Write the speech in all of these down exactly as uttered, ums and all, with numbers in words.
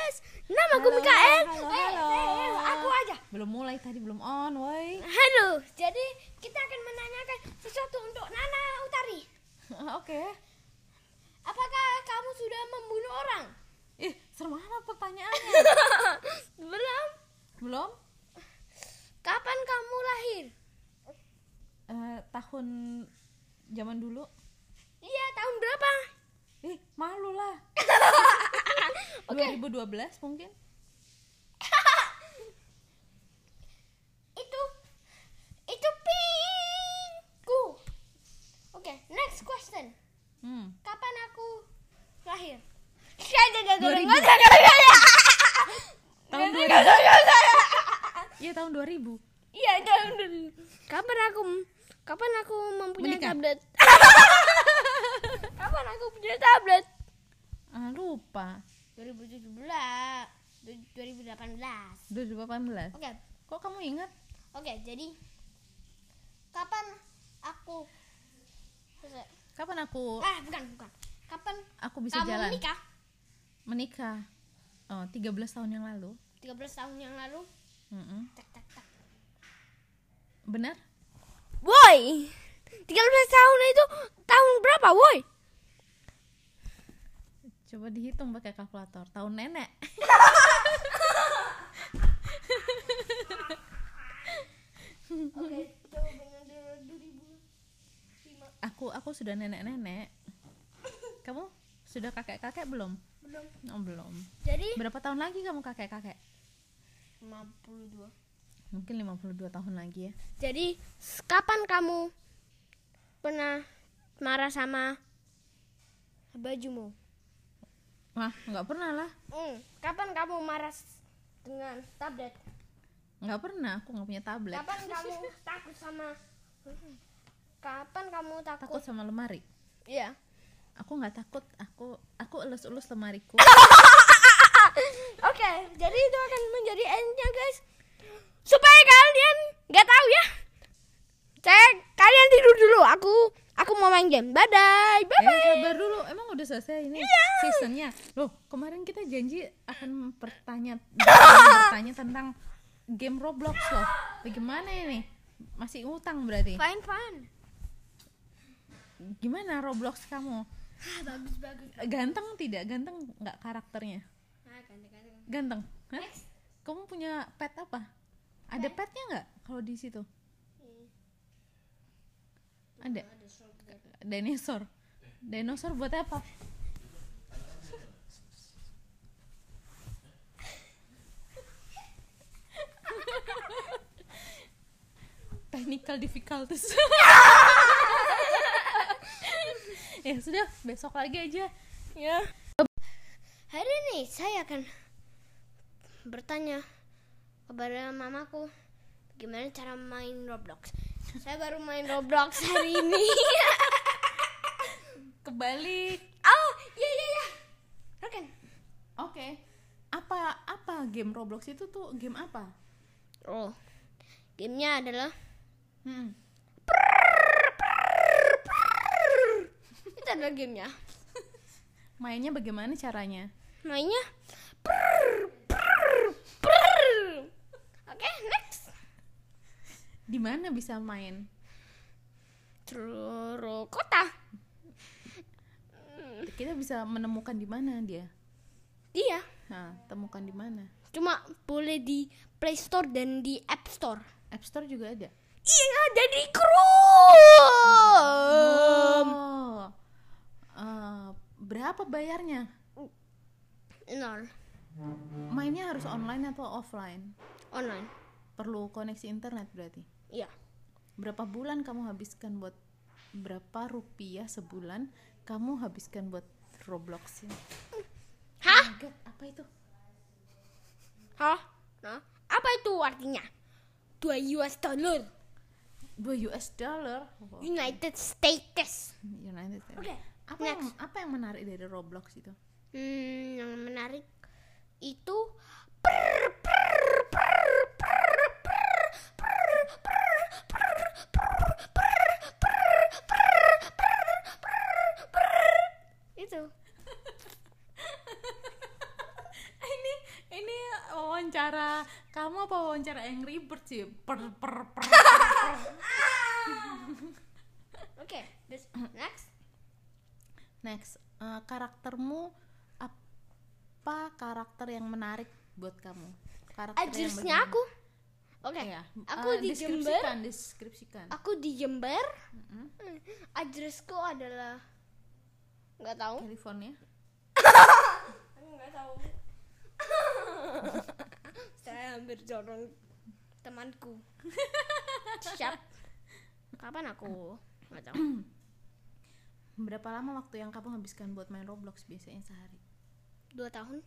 guys. Namaku Halo, Mikael. halo, Eh, halo. eh, aku aja. Belum mulai tadi, belum on, woi. Halo. Jadi kita akan menanyakan sesuatu untuk Nana Utari. Oke. Apakah kamu sudah membunuh orang? Ih, serem amat pertanyaannya. Belum. Belum? Kapan kamu lahir? Eh, tahun zaman dulu. Iya, tahun berapa? Ih, malu lah. Oke. dua ribu dua belas mungkin. Itu itu pinku. Oke, next question. Hmm. Kapan aku lahir? dua ribu. Tahun dua ribu. Iya, tahun dua ribu. Iya, tahun dua ribu. Kapan aku kapan aku mempunyai Menikah? tablet? Kapan aku punya tablet? Ah, lupa. dua ribu tujuh belas, dua ribu delapan belas. dua ribu delapan belas. Oke. Kok kamu ingat? Oke, jadi kapan aku Kapan aku Ah, bukan, bukan. Kapan aku bisa kamu jalan? menikah? Menikah. Oh, tiga belas tahun yang lalu. tiga belas tahun yang lalu. Mm-mm. Tak tak tak. Benar? Woi. tiga belas tahun itu tahun berapa, woi? Coba dihitung pakai kalkulator. Tahun nenek. Oke, coba dengan dua ribu lima. Aku aku sudah nenek-nenek. Kamu sudah kakek-kakek belum? Belum. Oh, belum. Jadi Berapa tahun lagi kamu kakek-kakek? lima puluh dua. Mungkin lima puluh dua tahun lagi ya. Jadi s- kapan kamu pernah marah sama bajumu? Wah, nggak pernah lah. Hmm, kapan kamu marah s- dengan tablet? Nggak pernah, aku nggak punya tablet. Kapan kamu takut sama Kapan kamu takut? Takut sama lemari. Iya. Aku nggak takut, aku aku elus-elus lemariku. Oke, jadi itu akan menjadi endnya, guys. Supaya kalian nggak tahu ya. Saya kalian tidur dulu. Aku aku mau main game. Bye bye. Bye Eh, bye. sabar dulu, emang udah selesai ini seasonnya. Loh, kemarin kita janji akan bertanya bertanya tentang game Roblox loh. Bagaimana ini? Masih utang berarti. Fine fine. Gimana Roblox kamu? Ah, bagus bagus. Ganteng tidak? Ganteng nggak karakternya? Nah, ganti-ganti. Ganteng? Hah? Next. Kamu punya pet apa? Ada petnya nggak kalau di situ? Ada. Dinosaur. Dinosaur buat apa? Technical difficulties. Ya sudah, besok lagi aja. Ya. Hari ini saya akan bertanya kepada mamaku gimana cara main Roblox. Saya baru main Roblox hari ini. Kebalik. Oh, iya iya iya. Roken. Oke. Apa apa game Roblox itu tuh game apa? Oh. Gamenya adalah Hmm. itu adalah gamenya. Mainnya bagaimana caranya? Mainnya Oke, next. Di mana bisa main? Seluruh kota. Kita bisa menemukan di mana dia? Iya. Nah, temukan di mana? Cuma boleh di Play Store dan di App Store. App Store juga ada. Iya, ada di Chrome. Oh. Eh, berapa bayarnya? Nol. Mainnya harus online atau offline? Online. Perlu koneksi internet berarti. Iya. Berapa bulan kamu habiskan buat berapa rupiah sebulan kamu habiskan buat Roblox ini? Hah? Oh my God, apa itu? Hah? Nah, apa itu artinya? dua U S dollar. dua U S dollar. Oh, United States. United States. Oke. Apa yang apa yang menarik dari Roblox itu? Hmm, yang menarik itu itu. Ini wawancara kamu apa wawancara Angry Birds sih? Per per per. Oke, this- next. Next, eh, karaktermu apa karakter yang menarik buat kamu? Karakter yang Address-nya bagaimana? aku. Oke, Iya. aku Eh, di Jember. deskripsikan, deskripsikan. Aku di Jember. Mm-mm. Hmm, Addressku adalah nggak tahu. California. Aku nggak tahu. Saya hampir jorong temanku. Siap. Kapan aku nggak tahu. Berapa lama waktu yang kamu habiskan buat main Roblox biasanya sehari? Dua tahun.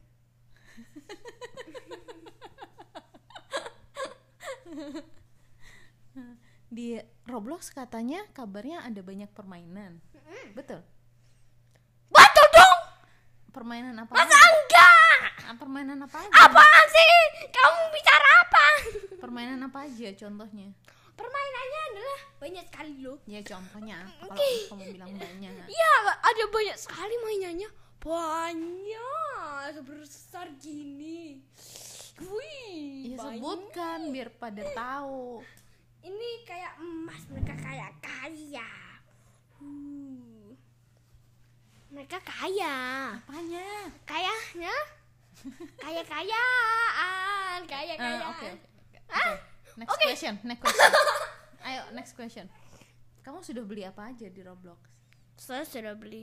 Di Roblox katanya kabarnya ada banyak permainan. Betul? Betul dong. Permainan apa? Masa aja? enggak? Ah, Permainan apa aja? Apaan sih? Kamu bicara apa? Permainan apa aja contohnya? Permainannya adalah banyak sekali loh. Ya contohnya apa kalau Oke. kamu bilang banyak. Iya, ada banyak sekali mainannya. Banyak, sebesar gini. Wih, Ya banyak. sebutkan biar pada tahu. Ini kayak emas, mereka kayak kaya. Uh. Mereka kaya. Apanya? Kayaknya kaya kayaan, kaya Ah, kayaan. Oke oke. Ah, Oke. Next question, next question. Ayo next question. Kamu sudah beli apa aja di Roblox? Saya sudah beli.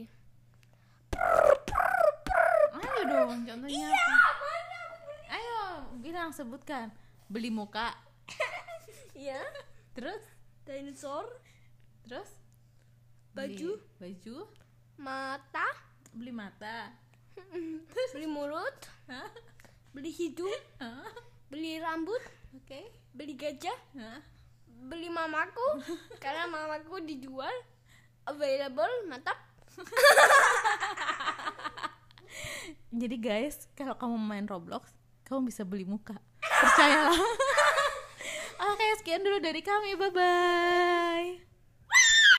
Ayo dong, contohnya Iya, apa? Ayo, bilang sebutkan. Beli muka, Iya, terus, dinosaur, terus Baju. beli baju, mata, beli mata, beli mulut, Hah? beli hidung, Hah? beli rambut, Oke, beli gajah, Hah? beli mamaku karena mamaku dijual, available, mantap. Jadi guys, kalau kamu main Roblox, kamu bisa beli muka. Percayalah. Oke, sekian dulu dari kami. Bye bye.